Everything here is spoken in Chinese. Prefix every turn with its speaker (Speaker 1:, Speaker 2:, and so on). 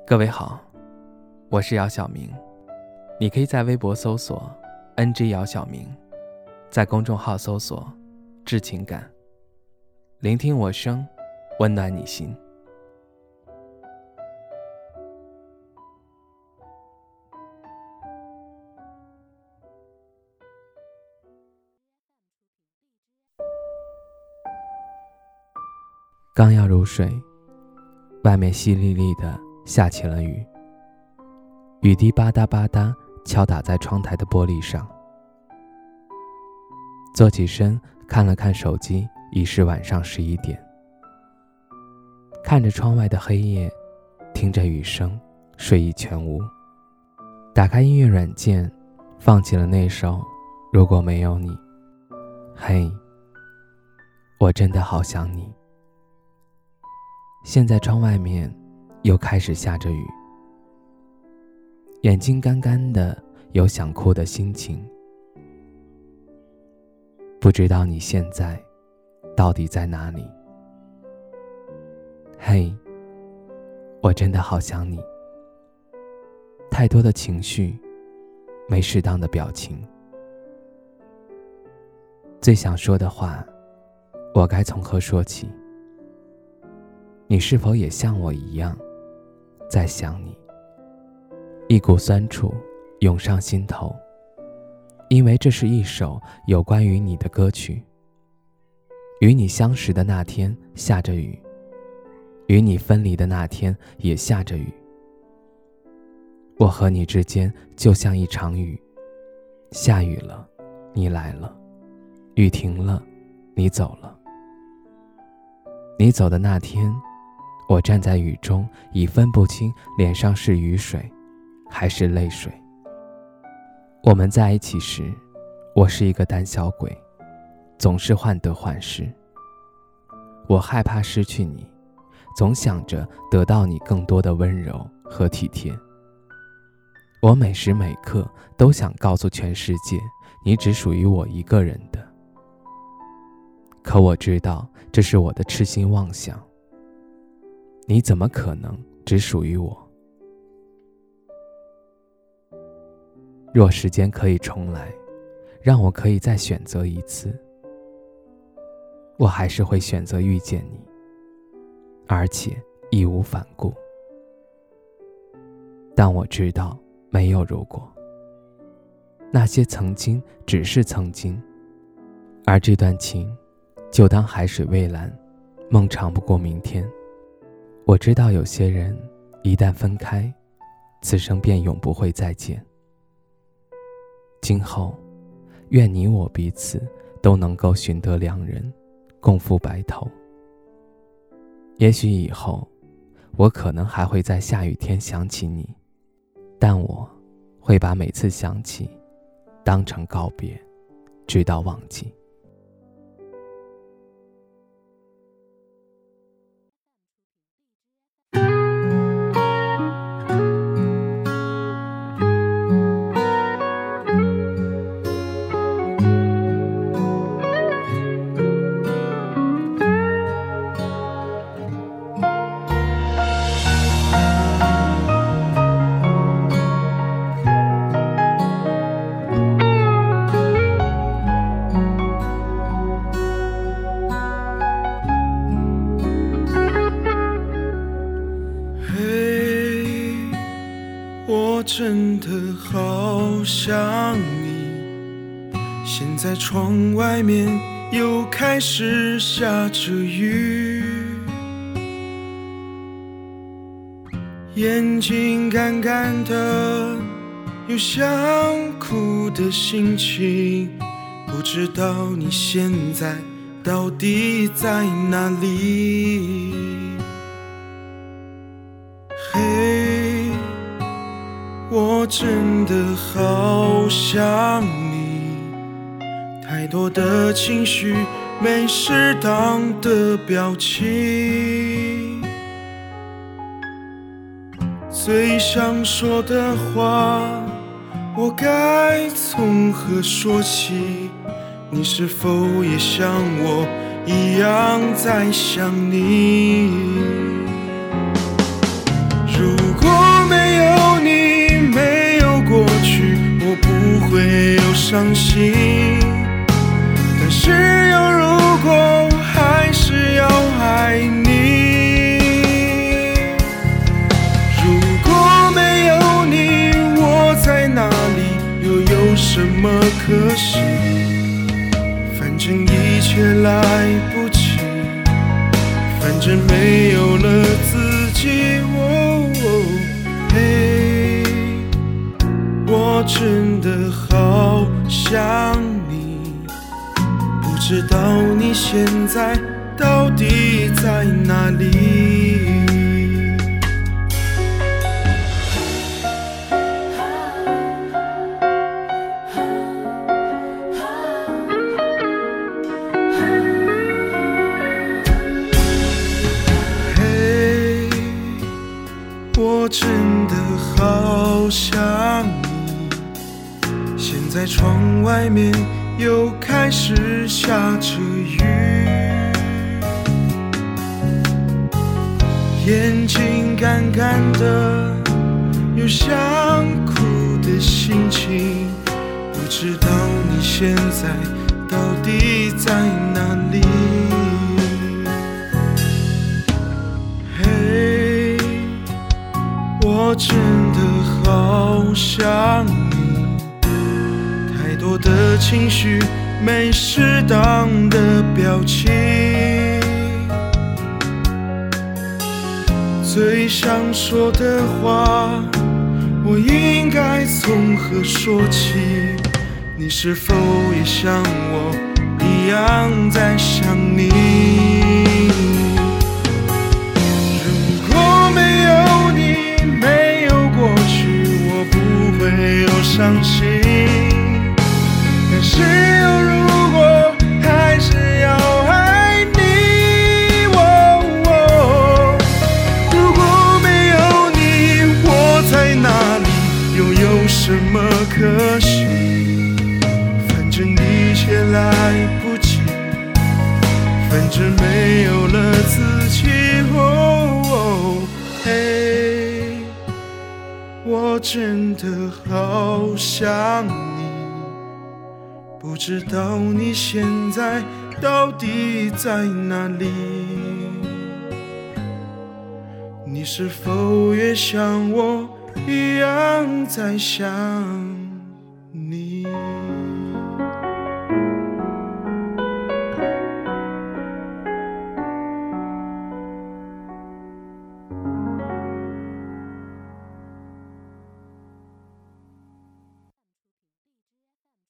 Speaker 1: 各位好，我是姚晓明，你可以在微博搜索 NG 姚晓明，在公众号搜索致情感，聆听我声，温暖你心。刚要入睡，外面淅沥沥的下起了雨，雨滴吧嗒吧嗒敲打在窗台的玻璃上。坐起身看了看手机，已是晚上11点。看着窗外的黑夜，听着雨声，睡意全无。打开音乐软件，放起了那首《如果没有你》。嘿，我真的好想你。现在窗外面又开始下着雨，眼睛干干的，有想哭的心情。不知道你现在到底在哪里？嘿，我真的好想你。太多的情绪，没适当的表情。最想说的话，我该从何说起？你是否也像我一样在想你？一股酸楚涌上心头，因为这是一首有关于你的歌曲。与你相识的那天下着雨，与你分离的那天也下着雨。我和你之间就像一场雨，下雨了，你来了，雨停了，你走了。你走的那天，我站在雨中，已分不清脸上是雨水还是泪水。我们在一起时，我是一个胆小鬼，总是患得患失。我害怕失去你，总想着得到你更多的温柔和体贴。我每时每刻都想告诉全世界，你只属于我一个人的。可我知道这是我的痴心妄想，你怎么可能只属于我？若时间可以重来，让我可以再选择一次，我还是会选择遇见你，而且义无反顾。但我知道没有如果，那些曾经只是曾经，而这段情就当海水蔚蓝，梦长不过明天。我知道有些人一旦分开，此生便永不会再见。今后愿你我彼此都能够寻得良人，共赴白头。也许以后我可能还会在下雨天想起你，但我会把每次想起当成告别，直到忘记。
Speaker 2: 我真的好想你，现在窗外面又开始下着雨，眼睛干干的，有想哭的心情，不知道你现在到底在哪里？嘿，我真的好想你，太多的情绪，没适当的表情，最想说的话，我该从何说起？你是否也像我一样在想你？如果心。但是有如果，还是要爱你。如果没有你，我在哪里，又有什么可惜？反正一切来不及，反正没有了自己。嘿，我真的好想你，不知道你现在到底在哪里。我真的好想你，现在窗外面又开始下着雨，眼睛干干的，有想哭的心情，不知道你现在到底在哪里。我真的好想你，太多的情绪没适当的表情，最想说的话，我应该从何说起？你是否也像我一样在想你？如果没有你，没有过去，我不会有伤心。但是有如果，还是要爱你。如果没有你，我在哪里，又有什么可惜？反正一切来不及，反正没有了自己。我真的好想你，不知道你现在到底在哪里？你是否也像我一样在想